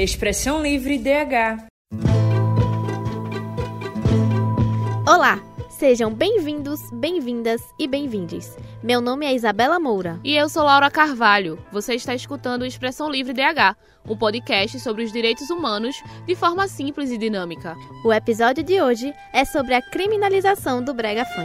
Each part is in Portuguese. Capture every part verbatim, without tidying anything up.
Expressão Livre D H. Olá, sejam bem-vindos, bem-vindas e bem-vindes. Meu nome é Isabela Moura. E eu sou Laura Carvalho. Você está escutando o Expressão Livre D H, um podcast sobre os direitos humanos de forma simples e dinâmica. O episódio de hoje é sobre a criminalização do brega funk.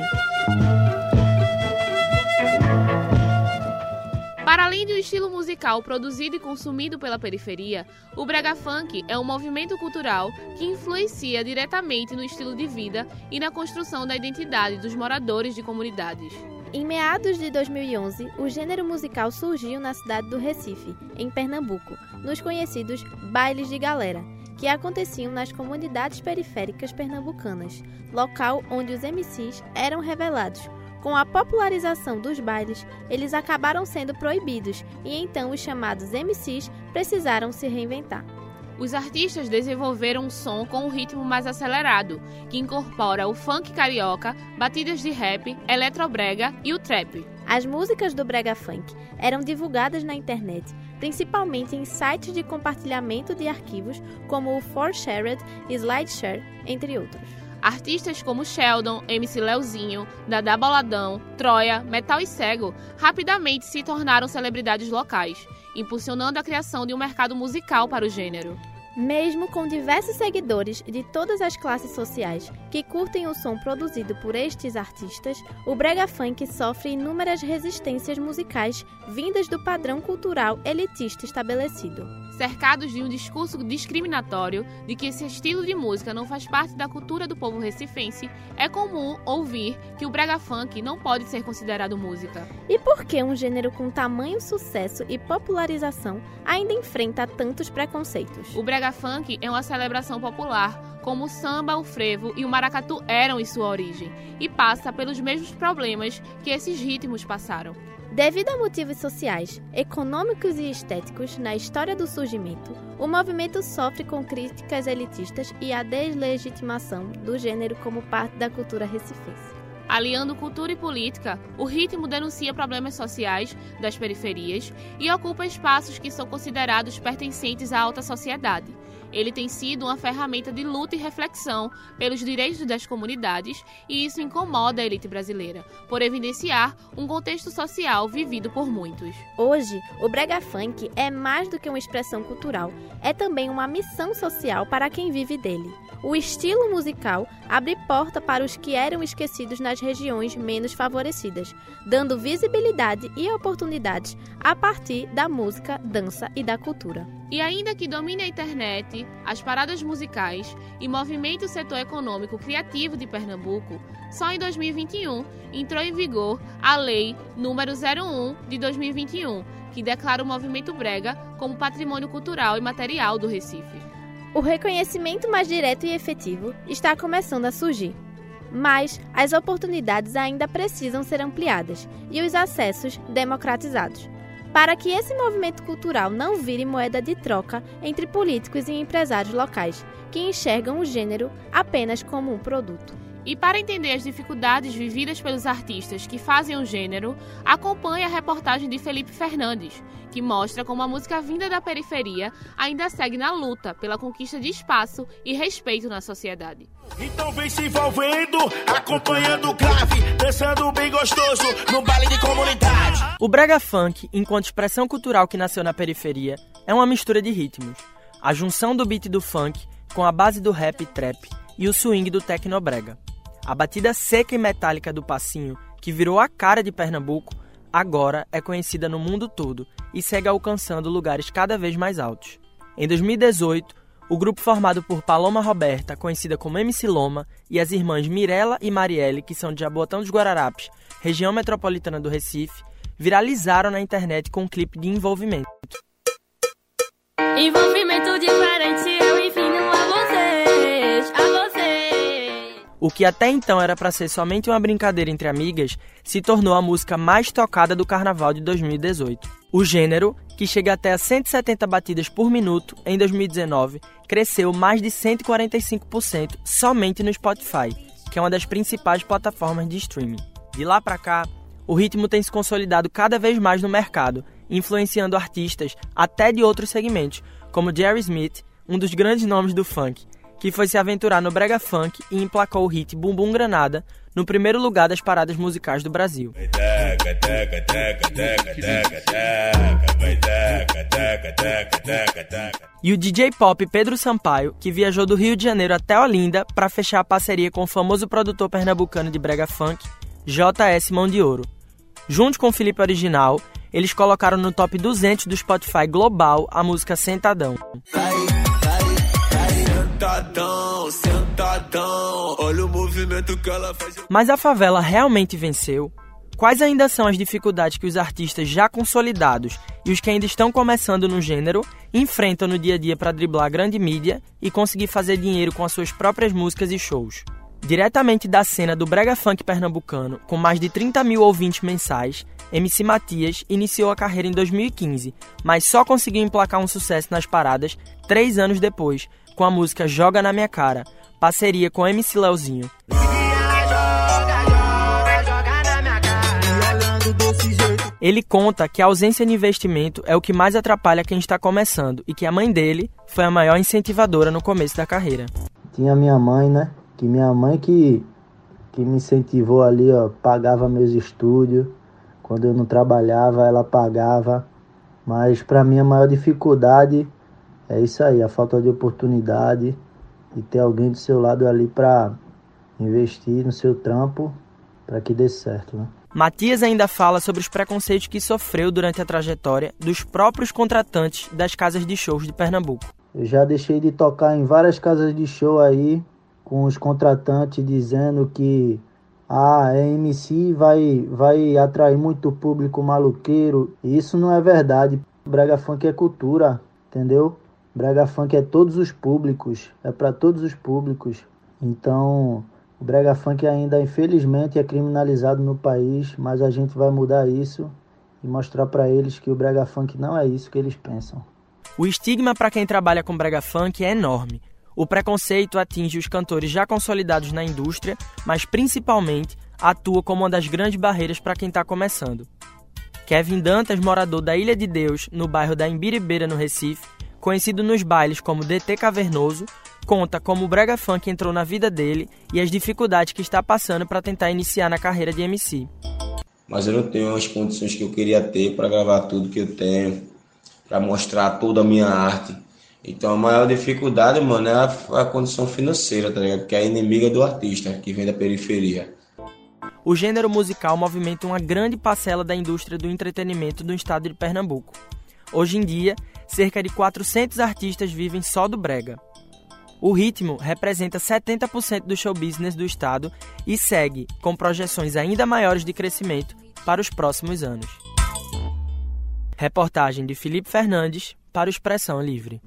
Para além de um estilo musical produzido e consumido pela periferia, o brega funk é um movimento cultural que influencia diretamente no estilo de vida e na construção da identidade dos moradores de comunidades. Em meados de dois mil e onze, o gênero musical surgiu na cidade do Recife, em Pernambuco, nos conhecidos bailes de galera, que aconteciam nas comunidades periféricas pernambucanas, local onde os M Cs eram revelados. Com a popularização dos bailes, eles acabaram sendo proibidos e então os chamados M Cs precisaram se reinventar. Os artistas desenvolveram um som com um ritmo mais acelerado, que incorpora o funk carioca, batidas de rap, eletrobrega e o trap. As músicas do brega funk eram divulgadas na internet, principalmente em sites de compartilhamento de arquivos como o four shared e SlideShare, entre outros. Artistas como Sheldon, M C Leozinho, Dadá Boladão, Troia, Metal e Cego rapidamente se tornaram celebridades locais, impulsionando a criação de um mercado musical para o gênero. Mesmo com diversos seguidores de todas as classes sociais que curtem o som produzido por estes artistas, o brega funk sofre inúmeras resistências musicais vindas do padrão cultural elitista estabelecido. Cercados de um discurso discriminatório de que esse estilo de música não faz parte da cultura do povo recifense, é comum ouvir que o brega funk não pode ser considerado música. E por que um gênero com tamanho sucesso e popularização ainda enfrenta tantos preconceitos? O brega funk é uma celebração popular, como o samba, o frevo e o maracatu eram em sua origem, e passa pelos mesmos problemas que esses ritmos passaram. Devido a motivos sociais, econômicos e estéticos na história do surgimento, o movimento sofre com críticas elitistas e a deslegitimação do gênero como parte da cultura recifense. Aliando cultura e política, o ritmo denuncia problemas sociais das periferias e ocupa espaços que são considerados pertencentes à alta sociedade. Ele tem sido uma ferramenta de luta e reflexão pelos direitos das comunidades e isso incomoda a elite brasileira, por evidenciar um contexto social vivido por muitos. Hoje, o brega funk é mais do que uma expressão cultural, é também uma missão social para quem vive dele. O estilo musical abre porta para os que eram esquecidos nas regiões menos favorecidas, dando visibilidade e oportunidades a partir da música, dança e da cultura. E ainda que domine a internet, as paradas musicais e movimente o setor econômico criativo de Pernambuco, só em dois mil e vinte e um entrou em vigor a Lei número zero um de dois mil e vinte e um, que declara o movimento brega como patrimônio cultural e material do Recife. O reconhecimento mais direto e efetivo está começando a surgir, mas as oportunidades ainda precisam ser ampliadas e os acessos democratizados, para que esse movimento cultural não vire moeda de troca entre políticos e empresários locais, que enxergam o gênero apenas como um produto. E para entender as dificuldades vividas pelos artistas que fazem o gênero, acompanhe a reportagem de Felipe Fernandes, que mostra como a música vinda da periferia ainda segue na luta pela conquista de espaço e respeito na sociedade. Então vem se envolvendo, acompanhando o grave, dançando bem gostoso no baile de comunidade. O brega funk, enquanto expressão cultural que nasceu na periferia, é uma mistura de ritmos. A junção do beat do funk com a base do rap e trap e o swing do tecnobrega. A batida seca e metálica do passinho, que virou a cara de Pernambuco, agora é conhecida no mundo todo e segue alcançando lugares cada vez mais altos. Em dois mil e dezoito, o grupo formado por Paloma Roberta, conhecida como M C Loma, e as irmãs Mirella e Marielle, que são de Jaboatão dos Guararapes, região metropolitana do Recife, viralizaram na internet com um clipe de envolvimento. Envolvimento diferente, eu ensino a vocês, a vocês. O que até então era para ser somente uma brincadeira entre amigas, se tornou a música mais tocada do carnaval de dois mil e dezoito. O gênero, que chega até a cento e setenta batidas por minuto em dois mil e dezenove, cresceu mais de cento e quarenta e cinco por cento somente no Spotify, que é uma das principais plataformas de streaming. De lá para cá, o ritmo tem se consolidado cada vez mais no mercado, influenciando artistas até de outros segmentos, como Jerry Smith, um dos grandes nomes do funk, que foi se aventurar no brega funk e emplacou o hit Bumbum Granada no primeiro lugar das paradas musicais do Brasil. E o D J pop Pedro Sampaio, que viajou do Rio de Janeiro até Olinda para fechar a parceria com o famoso produtor pernambucano de brega funk, J S Mão de Ouro. Junto com o Felipe Original, eles colocaram no top duzentos do Spotify global a música Sentadão. Sentadão, sentadão, olha o movimento que ela faz. Mas a favela realmente venceu? Quais ainda são as dificuldades que os artistas já consolidados e os que ainda estão começando no gênero enfrentam no dia a dia para driblar a grande mídia e conseguir fazer dinheiro com as suas próprias músicas e shows? Diretamente da cena do brega funk pernambucano, com mais de trinta mil ouvintes mensais, M C Matias iniciou a carreira em dois mil e quinze, mas só conseguiu emplacar um sucesso nas paradas três anos depois, com a música Joga na Minha Cara, parceria com M C Leozinho. Ele conta que a ausência de investimento é o que mais atrapalha quem está começando e que a mãe dele foi a maior incentivadora no começo da carreira. Tinha minha mãe, né? Que minha mãe que, que me incentivou ali, ó, pagava meus estúdios. Quando eu não trabalhava, ela pagava. Mas para mim a maior dificuldade é isso aí, a falta de oportunidade e ter alguém do seu lado ali para investir no seu trampo para que dê certo, né? Matias ainda fala sobre os preconceitos que sofreu durante a trajetória dos próprios contratantes das casas de shows de Pernambuco. Eu já deixei de tocar em várias casas de show aí, com os contratantes dizendo que a ah, M C vai, vai atrair muito público maluqueiro. E isso não é verdade. Brega funk é cultura, entendeu? Brega funk é todos os públicos, é para todos os públicos. Então, o brega funk ainda, infelizmente, é criminalizado no país, mas a gente vai mudar isso e mostrar para eles que o brega funk não é isso que eles pensam. O estigma para quem trabalha com brega funk é enorme. O preconceito atinge os cantores já consolidados na indústria, mas principalmente atua como uma das grandes barreiras para quem está começando. Kevin Dantas, morador da Ilha de Deus, no bairro da Imbiribeira, no Recife, conhecido nos bailes como D T Cavernoso, conta como o brega funk entrou na vida dele e as dificuldades que está passando para tentar iniciar na carreira de M C. Mas eu não tenho as condições que eu queria ter para gravar tudo que eu tenho, para mostrar toda a minha arte. Então a maior dificuldade, mano, é a, a condição financeira, tá ligado? Que é a inimiga do artista, que vem da periferia. O gênero musical movimenta uma grande parcela da indústria do entretenimento do estado de Pernambuco. Hoje em dia, cerca de quatrocentos artistas vivem só do brega. O ritmo representa setenta por cento do show business do estado e segue com projeções ainda maiores de crescimento para os próximos anos. Reportagem de Felipe Fernandes para o Expressão Livre.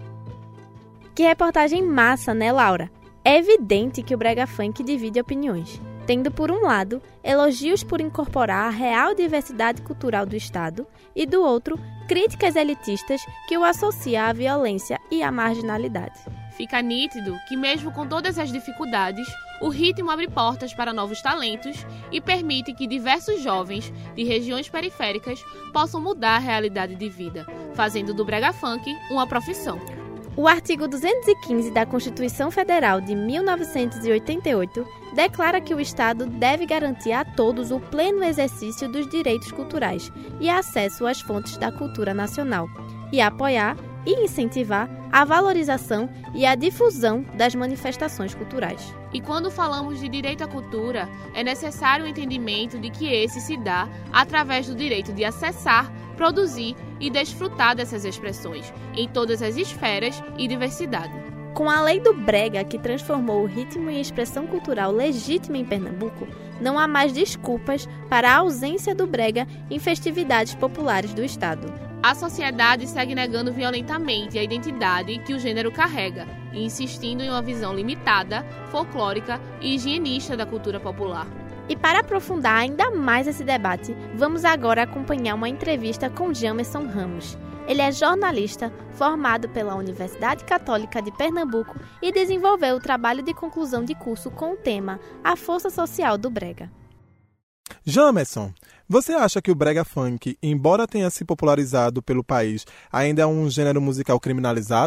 Que reportagem massa, né, Laura? É evidente que o brega funk divide opiniões, tendo por um lado elogios por incorporar a real diversidade cultural do estado e do outro críticas elitistas que o associam à violência e à marginalidade. Fica nítido que mesmo com todas as dificuldades, o ritmo abre portas para novos talentos e permite que diversos jovens de regiões periféricas possam mudar a realidade de vida, fazendo do brega funk uma profissão. O artigo duzentos e quinze da Constituição Federal de mil novecentos e oitenta e oito declara que o Estado deve garantir a todos o pleno exercício dos direitos culturais e acesso às fontes da cultura nacional, e apoiar e incentivar a valorização e a difusão das manifestações culturais. E quando falamos de direito à cultura, é necessário o entendimento de que esse se dá através do direito de acessar, produzir e desfrutar dessas expressões, em todas as esferas e diversidade. Com a lei do brega, que transformou o ritmo em expressão cultural legítima em Pernambuco, não há mais desculpas para a ausência do brega em festividades populares do estado. A sociedade segue negando violentamente a identidade que o gênero carrega e insistindo em uma visão limitada, folclórica e higienista da cultura popular. E para aprofundar ainda mais esse debate, vamos agora acompanhar uma entrevista com Jamerson Ramos. Ele é jornalista, formado pela Universidade Católica de Pernambuco e desenvolveu o trabalho de conclusão de curso com o tema A Força Social do Brega. Jamerson, você acha que o brega funk, embora tenha se popularizado pelo país, ainda é um gênero musical criminalizado?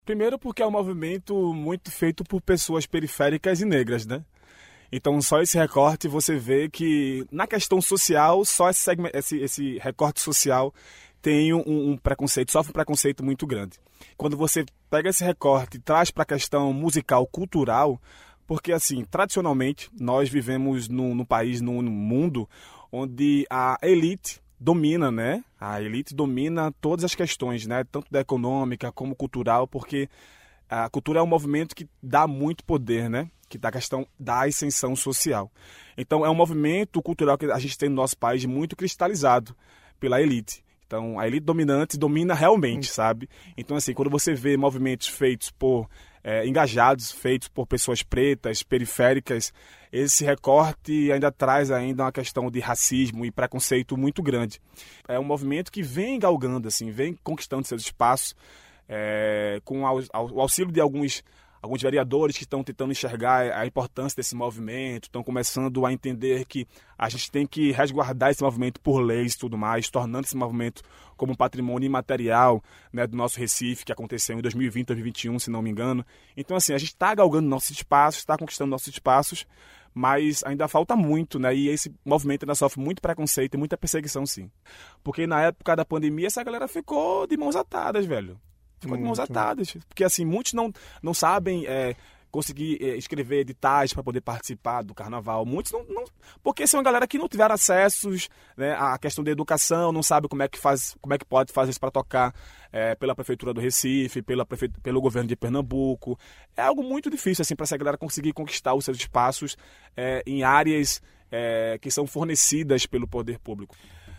Primeiro porque é um movimento muito feito por pessoas periféricas e negras, né? Então, só esse recorte você vê que, na questão social, só esse, segmento, esse, esse recorte social tem um, um preconceito, sofre um preconceito muito grande. Quando você pega esse recorte e traz para a questão musical, cultural, porque, assim, tradicionalmente, nós vivemos num, num país, num, num mundo, onde a elite domina, né? A elite domina todas as questões, né? Tanto da econômica como cultural, porque a cultura é um movimento que dá muito poder, né? Que dá a questão da ascensão social. Então, é um movimento cultural que a gente tem no nosso país muito cristalizado pela elite. Então, a elite dominante domina realmente, sabe? Então, assim, quando você vê movimentos feitos por é, engajados, feitos por pessoas pretas, periféricas, esse recorte ainda traz ainda uma questão de racismo e preconceito muito grande. É um movimento que vem galgando, assim, vem conquistando seus espaços, é, com o auxílio de alguns Alguns vereadores que estão tentando enxergar a importância desse movimento, estão começando a entender que a gente tem que resguardar esse movimento por leis e tudo mais, tornando esse movimento como um patrimônio imaterial, né, do nosso Recife, que aconteceu em dois mil e vinte, dois mil e vinte e um, se não me engano. Então, assim, a gente está galgando nossos espaços, está conquistando nossos espaços, mas ainda falta muito, né? E esse movimento ainda sofre muito preconceito e muita perseguição, sim. Porque na época da pandemia, essa galera ficou de mãos atadas, velho. Ficou de mãos atadas. Porque, assim, muitos não, não sabem é, conseguir é, escrever editais para poder participar do carnaval. Muitos não... não porque são uma galera que não tiveram acessos, né, à questão da educação, não sabe como é que, faz, como é que pode fazer isso para tocar é, pela Prefeitura do Recife, pela prefe... pelo governo de Pernambuco. É algo muito difícil, assim, para essa galera conseguir conquistar os seus espaços é, em áreas é, que são fornecidas pelo poder público.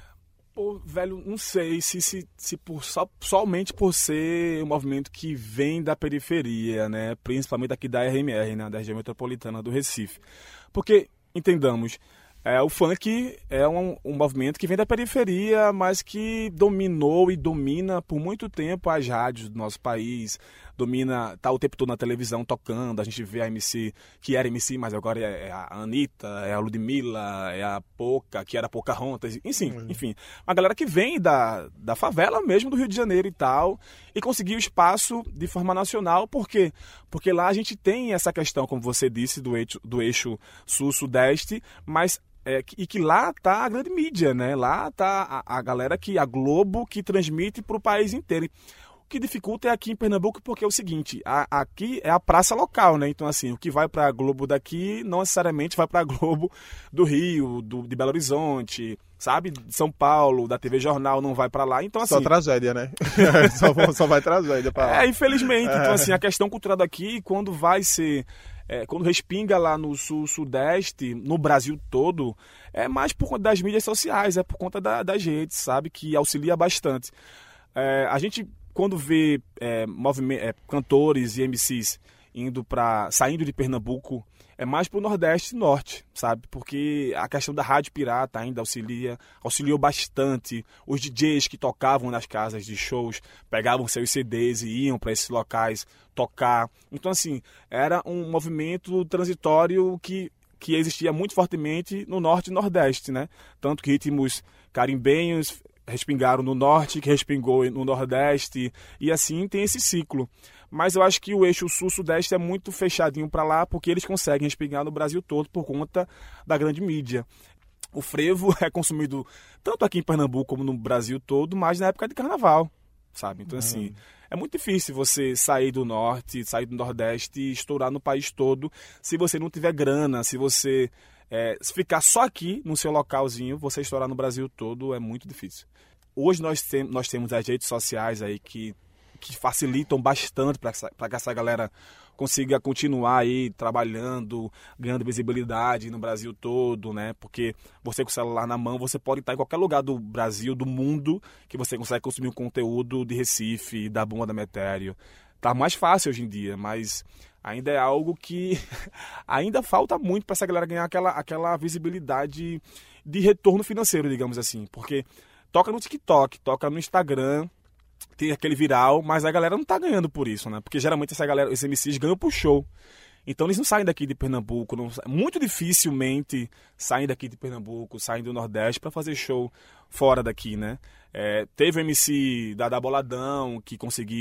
Pô, velho, não sei se, se, se por, só, somente por ser um movimento que vem da periferia, né? Principalmente aqui da R M R, né? Da região metropolitana do Recife. Porque, entendamos, é, o funk é um, um movimento que vem da periferia, mas que dominou e domina por muito tempo as rádios do nosso país, domina, tá o tempo todo na televisão tocando, a gente vê a M C, que era M C, mas agora é a Anitta, é a Ludmilla, é a Poca, que era a Pocahontas, enfim, uhum. enfim, uma galera que vem da, da favela mesmo do Rio de Janeiro e tal, e conseguiu espaço de forma nacional, por quê? Porque lá a gente tem essa questão, como você disse, do eixo, do eixo sul-sudeste, mas É, e que lá tá a grande mídia, né? Lá tá a, a galera que, a Globo, que transmite para o país inteiro. O que dificulta é aqui em Pernambuco, porque é o seguinte, a, aqui é a praça local, né? Então, assim, o que vai para a Globo daqui não necessariamente vai para a Globo do Rio, do, de Belo Horizonte, sabe? De São Paulo, da T V Jornal, não vai para lá. Então, assim, só tragédia, né? só, só vai tragédia para lá. É, infelizmente. É. Então, assim, a questão cultural daqui, quando vai ser... É, quando respinga lá no sul-sudeste, no Brasil todo, é mais por conta das mídias sociais, é por conta da, das redes, sabe? Que auxilia bastante. É, a gente, quando vê é, é, cantores e M Cs indo pra, saindo de Pernambuco, é mais pro Nordeste e Norte, sabe? Porque a questão da rádio pirata ainda auxilia, auxiliou bastante. Os D Js que tocavam nas casas de shows, pegavam seus C Ds e iam para esses locais tocar. Então, assim, era um movimento transitório que, que existia muito fortemente no Norte e Nordeste, né? Tanto que ritmos carimbenhos respingaram no Norte, que respingou no Nordeste, e assim tem esse ciclo. Mas eu acho que o eixo sul-sudeste é muito fechadinho para lá, porque eles conseguem respingar no Brasil todo por conta da grande mídia. O frevo é consumido tanto aqui em Pernambuco como no Brasil todo, mas na época de carnaval, sabe? Então, assim, é muito difícil você sair do Norte, sair do Nordeste e estourar no país todo se você não tiver grana, se você é, se ficar só aqui no seu localzinho, você estourar no Brasil todo é muito difícil. Hoje nós, tem, nós temos as redes sociais aí que que facilitam bastante para que essa galera consiga continuar aí trabalhando, ganhando visibilidade no Brasil todo, né? Porque você com o celular na mão, você pode estar em qualquer lugar do Brasil, do mundo, que você consegue consumir um conteúdo de Recife, da Bomba da Metério. Tá mais fácil hoje em dia, mas ainda é algo que ainda falta muito para essa galera ganhar aquela, aquela visibilidade de retorno financeiro, digamos assim. Porque toca no TikTok, toca no Instagram, tem aquele viral, mas a galera não tá ganhando por isso, né? Porque geralmente essa galera, esses M Cs ganham por show. Então eles não saem daqui de Pernambuco, não, muito dificilmente saem daqui de Pernambuco, saem do Nordeste para fazer show fora daqui, né? É, teve o M C da, da Boladão, que conseguiu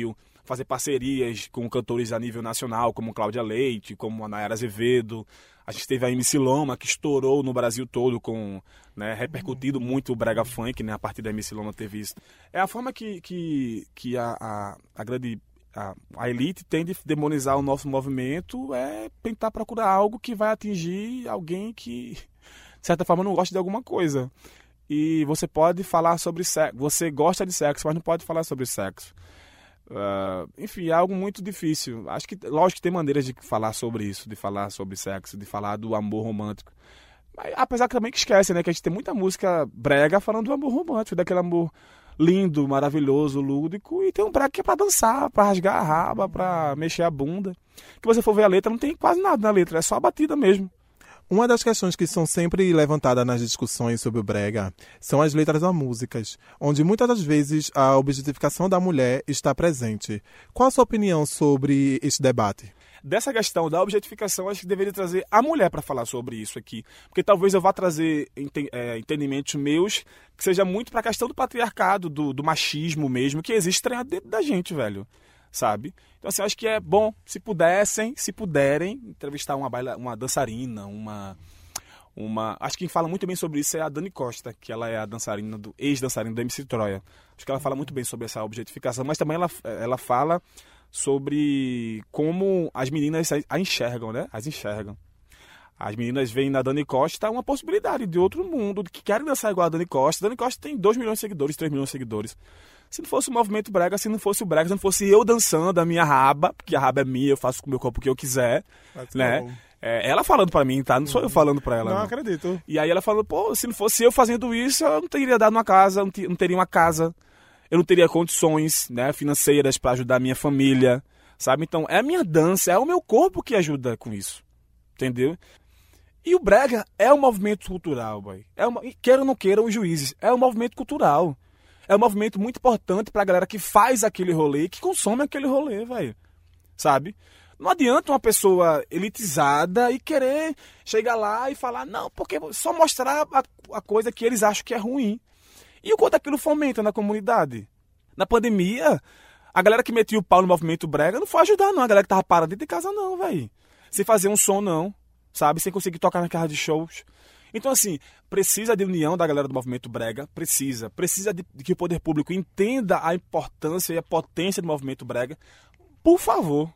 fazer parcerias com cantores a nível nacional, como Cláudia Leite, como a Nayara Azevedo. A gente teve a M C Loma, que estourou no Brasil todo, com, né, repercutido muito o brega funk, né, a partir da M C Loma ter visto. É a forma que, que, que a, a, a grande... A, a elite tem de demonizar o nosso movimento, é tentar procurar algo que vai atingir alguém que, de certa forma, não gosta de alguma coisa. E você pode falar sobre sexo, você gosta de sexo, mas não pode falar sobre sexo. Uh, enfim, é algo muito difícil. Acho que, lógico que tem maneiras de falar sobre isso, de falar sobre sexo, de falar do amor romântico. Mas, apesar que também que esquece, né, que a gente tem muita música brega falando do amor romântico, daquele amor lindo, maravilhoso, lúdico, e tem um brega que é pra dançar, pra rasgar a raba, pra mexer a bunda. Que você for ver a letra, não tem quase nada na letra, é só a batida mesmo. Uma das questões que são sempre levantadas nas discussões sobre o brega são as letras das músicas, onde muitas das vezes a objetificação da mulher está presente. Qual a sua opinião sobre este debate? Dessa questão da objetificação, acho que deveria trazer a mulher para falar sobre isso aqui. Porque talvez eu vá trazer é, entendimentos meus que seja muito para a questão do patriarcado, do, do machismo mesmo, que existe dentro da gente, velho. Sabe? Então, assim, acho que é bom, se pudessem, se puderem, entrevistar uma, baila, uma dançarina, uma, uma... Acho que quem fala muito bem sobre isso é a Dani Costa, que ela é a dançarina, do ex-dançarina do M C Troia. Acho que ela fala muito bem sobre essa objetificação, mas também ela, ela fala sobre como as meninas a enxergam, né? As enxergam. As meninas veem na Dani Costa uma possibilidade de outro mundo, que querem dançar igual a Dani Costa. Dani Costa tem dois milhões de seguidores, três milhões de seguidores. Se não fosse o movimento brega, se não fosse o brega, se não fosse eu dançando a minha raba, porque a raba é minha, eu faço com o meu corpo o que eu quiser, That's né? É, ela falando pra mim, tá? Não sou eu falando pra ela. Não, não acredito. E aí ela falou, pô, se não fosse eu fazendo isso, eu não teria dado uma casa, não, não teria uma casa, eu não teria condições, né, financeiras pra ajudar a minha família, sabe? Então, é a minha dança, é o meu corpo que ajuda com isso, entendeu? E o brega é um movimento cultural, boy. É uma, queiram ou não queiram os juízes, é um movimento cultural. É um movimento muito importante pra galera que faz aquele rolê, que consome aquele rolê, velho. Sabe? Não adianta uma pessoa elitizada e querer chegar lá e falar, não, porque só mostrar a, a coisa que eles acham que é ruim. E o quanto aquilo fomenta na comunidade? Na pandemia, a galera que metia o pau no movimento brega não foi ajudar, não. A galera que tava parada dentro de casa, não, velho. Sem fazer um som, não. Sabe? Sem conseguir tocar na casa de shows. Então, assim, precisa de união da galera do movimento brega, precisa. Precisa de, de que o poder público entenda a importância e a potência do movimento brega. Por favor,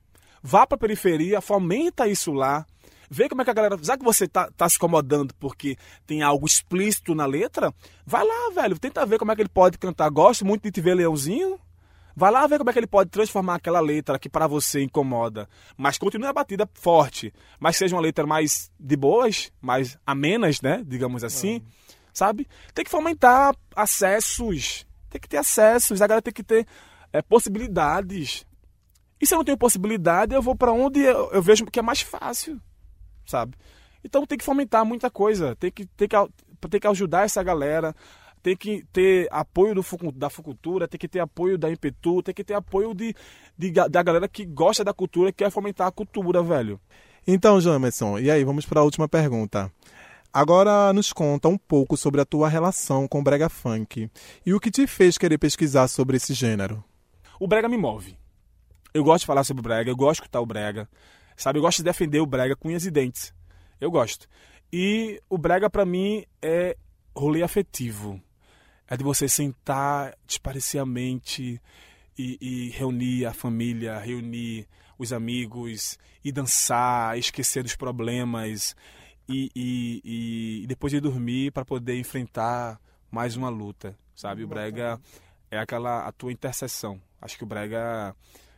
vá pra periferia, fomenta isso lá, vê como é que a galera... Já que você tá, tá se incomodando porque tem algo explícito na letra, vai lá, velho, tenta ver como é que ele pode cantar. Gosto muito de te ver, Leãozinho. Vai lá ver como é que ele pode transformar aquela letra que para você incomoda. Mas continue a batida forte. Mas seja uma letra mais de boas, mais amenas, né? Digamos assim. Uhum. Sabe? Tem que fomentar acessos. Tem que ter acessos. A galera tem que ter é, possibilidades. E se eu não tenho possibilidade, eu vou para onde eu, eu vejo que é mais fácil. Sabe? Então tem que fomentar muita coisa. Tem que, tem que, tem que ajudar essa galera. Tem que ter apoio do, da Fucultura, tem que ter apoio da Impetu, tem que ter apoio de, de, da galera que gosta da cultura e quer fomentar a cultura, velho. Então, Jamerson, e aí, vamos para a última pergunta. Agora nos conta um pouco sobre a tua relação com o brega funk e o que te fez querer pesquisar sobre esse gênero. O brega me move. Eu gosto de falar sobre o brega, eu gosto de escutar o brega, sabe? Eu gosto de defender o brega com unhas e dentes. Eu gosto. E o brega, pra mim, é rolê afetivo. É de você sentar despareciamente e, e reunir a família, reunir os amigos e dançar, esquecer dos problemas e, e, e depois de dormir para poder enfrentar mais uma luta, sabe? O brega é aquela a tua intercessão. Acho que o brega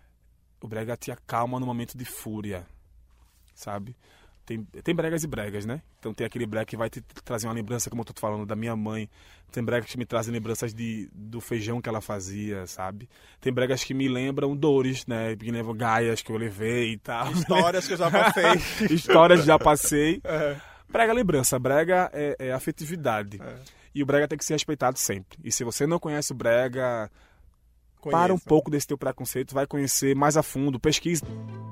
o brega te acalma no momento de fúria, sabe? Tem, tem bregas e bregas, né? Então tem aquele brega que vai te trazer uma lembrança, como eu tô falando, da minha mãe. Tem bregas que me trazem lembranças de, do feijão que ela fazia, sabe? Tem bregas que me lembram dores, né? Me lembram gaias que eu levei e tal. Histórias que eu já passei. Histórias que já passei. É. Brega é lembrança, brega é, é afetividade. É. E o brega tem que ser respeitado sempre. E se você não conhece o brega, Conheça. Para um pouco desse teu preconceito, vai conhecer mais a fundo, pesquisa.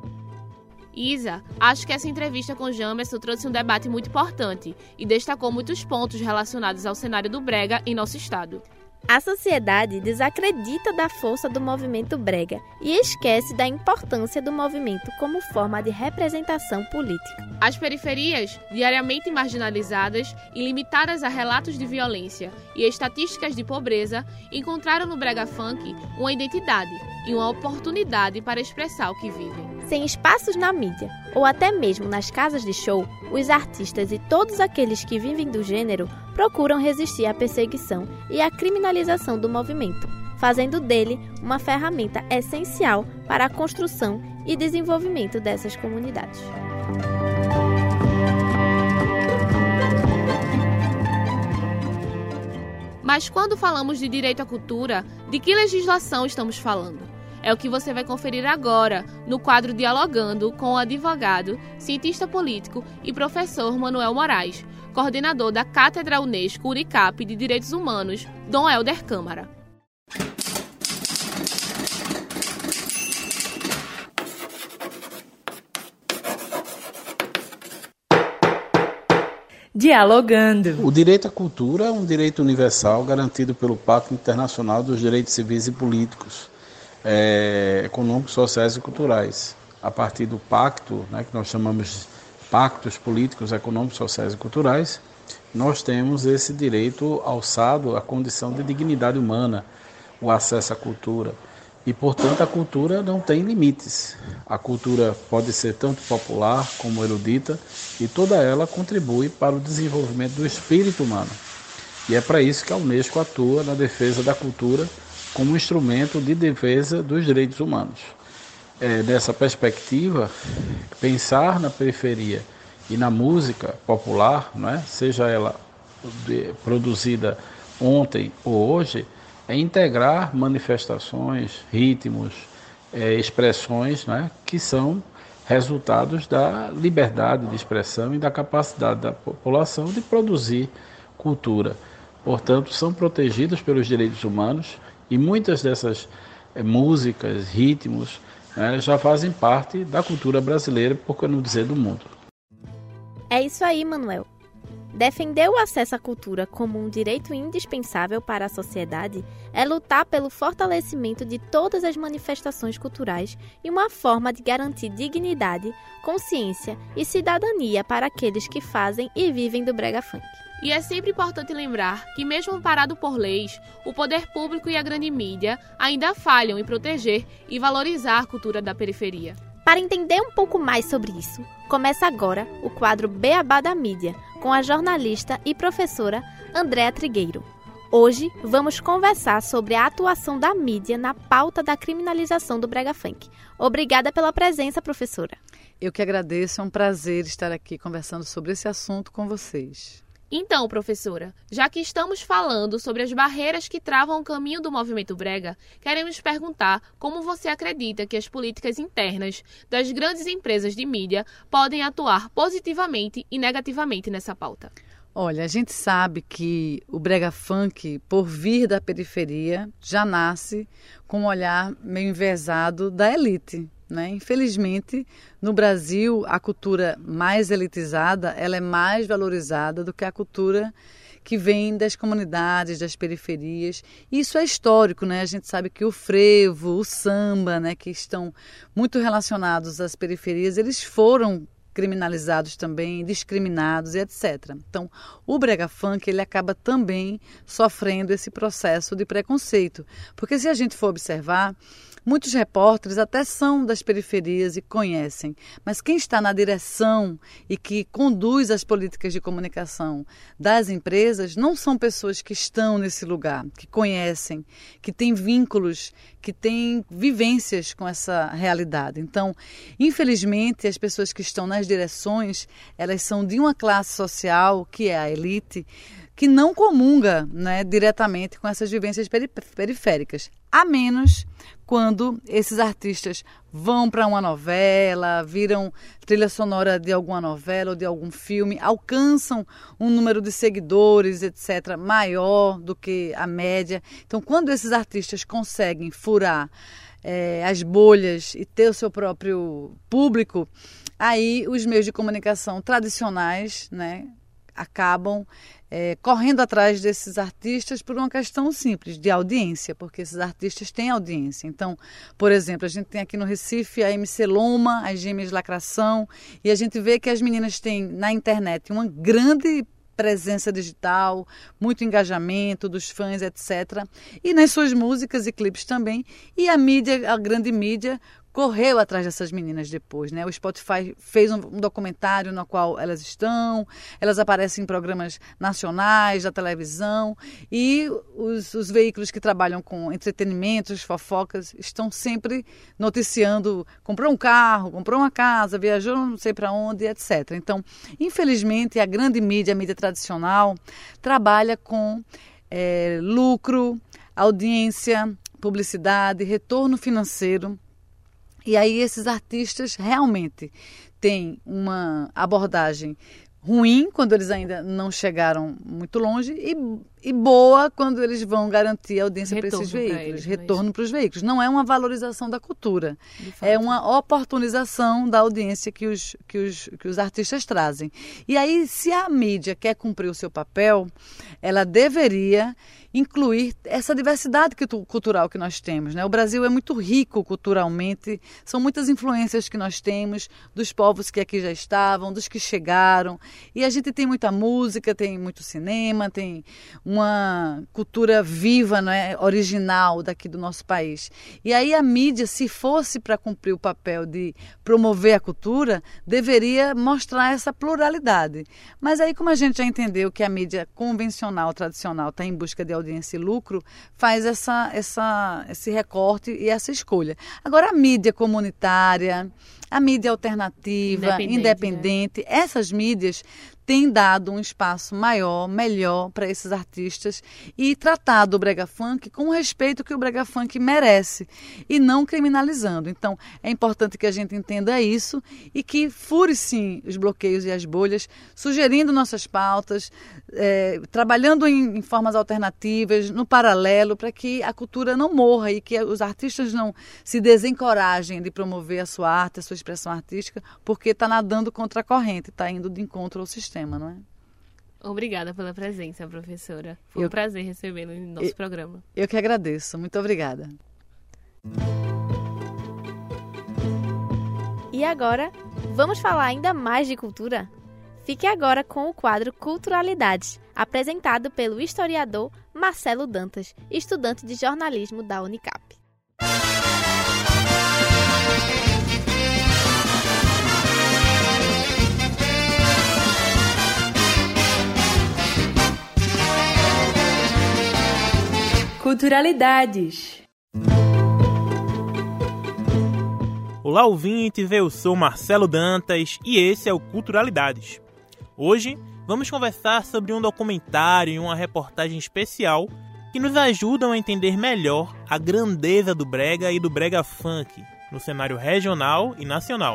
Isa, acho que essa entrevista com Jamerson trouxe um debate muito importante e destacou muitos pontos relacionados ao cenário do brega em nosso estado. A sociedade desacredita da força do movimento brega e esquece da importância do movimento como forma de representação política. As periferias, diariamente marginalizadas e limitadas a relatos de violência e estatísticas de pobreza, encontraram no brega funk uma identidade e uma oportunidade para expressar o que vivem. Sem espaços na mídia ou até mesmo nas casas de show, os artistas e todos aqueles que vivem do gênero procuram resistir à perseguição e à criminalização do movimento, fazendo dele uma ferramenta essencial para a construção e desenvolvimento dessas comunidades. Mas quando falamos de direito à cultura, de que legislação estamos falando? É o que você vai conferir agora no quadro Dialogando com o advogado, cientista político e professor Manuel Moraes, coordenador da Cátedra Unesco Unicap de Direitos Humanos, Dom Helder Câmara. Dialogando. O direito à cultura é um direito universal garantido pelo Pacto Internacional dos Direitos Civis e Políticos, é, Econômicos, Sociais e Culturais. A partir do pacto, né, que nós chamamos de pactos políticos, econômicos, sociais e culturais, nós temos esse direito alçado à condição de dignidade humana, o acesso à cultura. E, portanto, a cultura não tem limites. A cultura pode ser tanto popular como erudita e toda ela contribui para o desenvolvimento do espírito humano. E é para isso que a Unesco atua na defesa da cultura como instrumento de defesa dos direitos humanos. É, nessa perspectiva, pensar na periferia e na música popular, né, seja ela de, produzida ontem ou hoje, é integrar manifestações, ritmos, é, expressões, né, que são resultados da liberdade de expressão e da capacidade da população de produzir cultura. Portanto, são protegidos pelos direitos humanos e muitas dessas é, músicas, ritmos, né, já fazem parte da cultura brasileira, por que não dizer do mundo. É isso aí, Manuel. Defender o acesso à cultura como um direito indispensável para a sociedade é lutar pelo fortalecimento de todas as manifestações culturais e uma forma de garantir dignidade, consciência e cidadania para aqueles que fazem e vivem do brega funk. E é sempre importante lembrar que, mesmo amparado por leis, o poder público e a grande mídia ainda falham em proteger e valorizar a cultura da periferia. Para entender um pouco mais sobre isso, começa agora o quadro Beabá da Mídia, com a jornalista e professora Andréa Trigueiro. Hoje vamos conversar sobre a atuação da mídia na pauta da criminalização do brega funk. Obrigada pela presença, professora. Eu que agradeço, é um prazer estar aqui conversando sobre esse assunto com vocês. Então, professora, já que estamos falando sobre as barreiras que travam o caminho do movimento brega, queremos perguntar como você acredita que as políticas internas das grandes empresas de mídia podem atuar positivamente e negativamente nessa pauta. Olha, a gente sabe que o brega funk, por vir da periferia, já nasce com um olhar meio enviesado da elite. Né? Infelizmente, no Brasil, a cultura mais elitizada ela é mais valorizada do que a cultura que vem das comunidades, das periferias. Isso é histórico, né? A gente sabe que o frevo, o samba, né, que estão muito relacionados às periferias, eles foram criminalizados também, discriminados e etcétera. Então, o brega funk ele acaba também sofrendo esse processo de preconceito. Porque se a gente for observar, muitos repórteres até são das periferias e conhecem, mas quem está na direção e que conduz as políticas de comunicação das empresas não são pessoas que estão nesse lugar, que conhecem, que têm vínculos, que têm vivências com essa realidade. Então, infelizmente, as pessoas que estão nas direções, elas são de uma classe social, que é a elite, que não comunga, né, diretamente com essas vivências periféricas, a menos quando esses artistas vão para uma novela, viram trilha sonora de alguma novela ou de algum filme, alcançam um número de seguidores, etcétera, maior do que a média. Então, quando esses artistas conseguem furar é, as bolhas e ter o seu próprio público, aí os meios de comunicação tradicionais, né, acabam é, correndo atrás desses artistas por uma questão simples, de audiência, porque esses artistas têm audiência. Então, por exemplo, a gente tem aqui no Recife a M C Loma, as Gêmeas Lacração, e a gente vê que as meninas têm na internet uma grande presença digital, muito engajamento dos fãs, etcétera. E nas suas músicas e clipes também. E a mídia, a grande mídia, correu atrás dessas meninas depois, né? O Spotify fez um, um documentário no qual elas estão, elas aparecem em programas nacionais, da televisão, e os, os veículos que trabalham com entretenimentos, fofocas, estão sempre noticiando, comprou um carro, comprou uma casa, viajou não sei para onde, etcétera. Então, infelizmente, a grande mídia, a mídia tradicional, trabalha com é, lucro, audiência, publicidade, retorno financeiro. E aí esses artistas realmente têm uma abordagem ruim quando eles ainda não chegaram muito longe e, e boa quando eles vão garantir audiência para esses veículos, eles, retorno para os veículos. Não é uma valorização da cultura, é uma oportunização da audiência que os, que, os, que os artistas trazem. E aí, se a mídia quer cumprir o seu papel, ela deveria incluir essa diversidade cultural que nós temos, né? O Brasil é muito rico culturalmente, são muitas influências que nós temos dos povos que aqui já estavam, dos que chegaram, e a gente tem muita música, tem muito cinema, tem uma cultura viva, né, original daqui do nosso país. E aí a mídia, se fosse para cumprir o papel de promover a cultura, deveria mostrar essa pluralidade. Mas aí, como a gente já entendeu que a mídia convencional, tradicional, está em busca de audiência e lucro, faz essa, essa, esse recorte e essa escolha. Agora, a mídia comunitária, a mídia alternativa, independente, independente né? Essas mídias têm dado um espaço maior, melhor para esses artistas e tratado o brega funk com o respeito que o brega funk merece e não criminalizando. Então, é importante que a gente entenda isso e que fure sim os bloqueios e as bolhas, sugerindo nossas pautas, é, trabalhando em, em formas alternativas, no paralelo, para que a cultura não morra e que os artistas não se desencorajem de promover a sua arte, a sua expressão artística, porque está nadando contra a corrente, está indo de encontro ao sistema. Não é? Obrigada pela presença, professora. Foi eu, um prazer recebê-la no nosso eu, programa. Eu que agradeço. Muito obrigada. E agora, vamos falar ainda mais de cultura? Fique agora com o quadro Culturalidades, apresentado pelo historiador Marcelo Dantas, estudante de jornalismo da Unicap. Culturalidades. Olá, ouvintes, eu sou Marcelo Dantas e esse é o Culturalidades. Hoje vamos conversar sobre um documentário e uma reportagem especial que nos ajudam a entender melhor a grandeza do brega e do brega funk no cenário regional e nacional.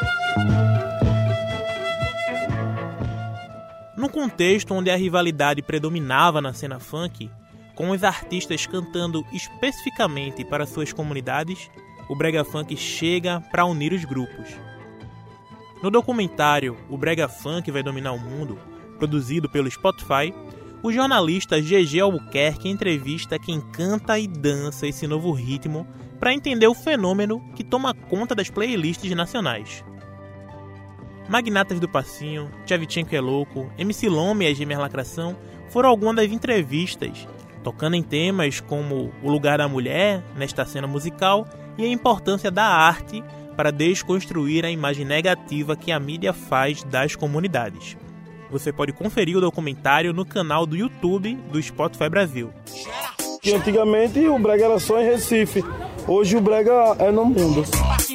Num contexto onde a rivalidade predominava na cena funk, com os artistas cantando especificamente para suas comunidades, o brega funk chega para unir os grupos. No documentário O Brega Funk Vai Dominar o Mundo, produzido pelo Spotify, o jornalista G G Albuquerque entrevista quem canta e dança esse novo ritmo para entender o fenômeno que toma conta das playlists nacionais. Magnatas do Passinho, Tchevchenko é Louco, M C Loma e as Gêmeas Lacração foram algumas das entrevistas, tocando em temas como o lugar da mulher nesta cena musical e a importância da arte para desconstruir a imagem negativa que a mídia faz das comunidades. Você pode conferir o documentário no canal do YouTube do Spotify Brasil. Que antigamente o brega era só em Recife, hoje o brega é no mundo.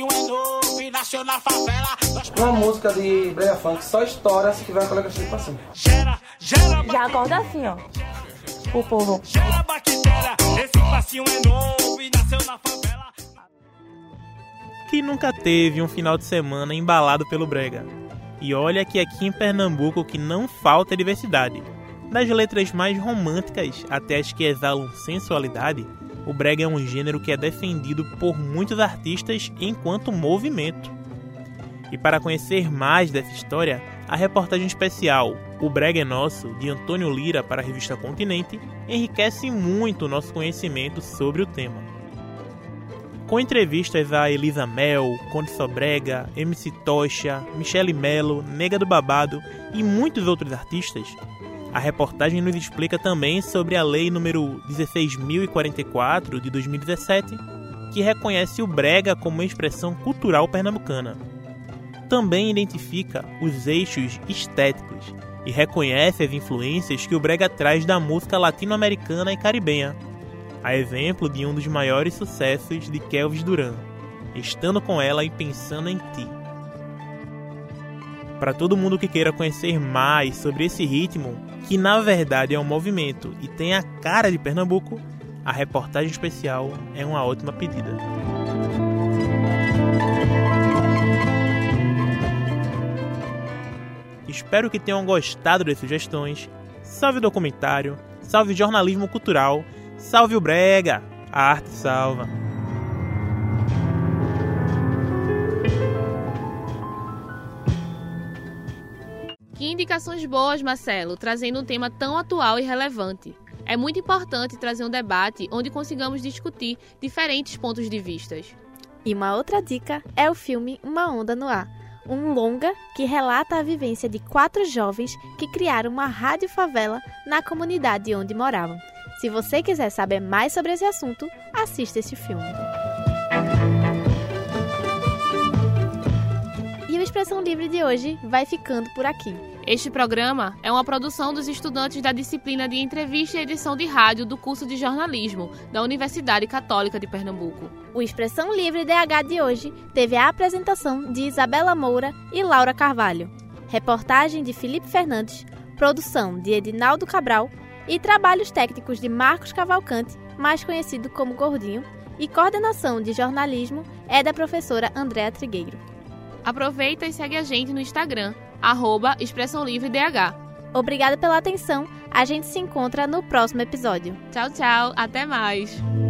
Uma música de brega funk só estoura se tiver uma colegação de passinho. Já acorda assim, ó. O povo. Que nunca teve um final de semana embalado pelo brega. E olha que aqui em Pernambuco que não falta diversidade. Das letras mais românticas até as que exalam sensualidade, o brega é um gênero que é defendido por muitos artistas enquanto movimento. E para conhecer mais dessa história, a reportagem especial O Brega é Nosso, de Antônio Lira para a revista Continente, enriquece muito o nosso conhecimento sobre o tema. Com entrevistas a Elisa Mel, Conde Sobrega, M C Tocha, Michele Melo, Nega do Babado e muitos outros artistas, a reportagem nos explica também sobre a Lei número dezesseis mil e quarenta e quatro, de dois mil e dezessete, que reconhece o brega como expressão cultural pernambucana. Também identifica os eixos estéticos e reconhece as influências que o brega traz da música latino-americana e caribenha, a exemplo de um dos maiores sucessos de Kelvis Duran, Estando com Ela e Pensando em Ti. Para todo mundo que queira conhecer mais sobre esse ritmo, que na verdade é um movimento e tem a cara de Pernambuco, a reportagem especial é uma ótima pedida. Espero que tenham gostado das sugestões. Salve o documentário, salve o jornalismo cultural, salve o brega, a arte salva. Que indicações boas, Marcelo, trazendo um tema tão atual e relevante. É muito importante trazer um debate onde consigamos discutir diferentes pontos de vista. E uma outra dica é o filme Uma Onda no Ar, um longa que relata a vivência de quatro jovens que criaram uma rádio favela na comunidade onde moravam. Se você quiser saber mais sobre esse assunto, assista esse filme. E o Expressão Livre de hoje vai ficando por aqui. Este programa é uma produção dos estudantes da disciplina de entrevista e edição de rádio do curso de jornalismo da Universidade Católica de Pernambuco. O Expressão Livre D H de hoje teve a apresentação de Isabela Moura e Laura Carvalho, reportagem de Felipe Fernandes, produção de Edinaldo Cabral e trabalhos técnicos de Marcos Cavalcante, mais conhecido como Gordinho, e coordenação de jornalismo é da professora Andréa Trigueiro. Aproveita e segue a gente no Instagram, arroba Expressão Livre D H. Obrigada pela atenção, a gente se encontra no próximo episódio. Tchau, tchau, até mais!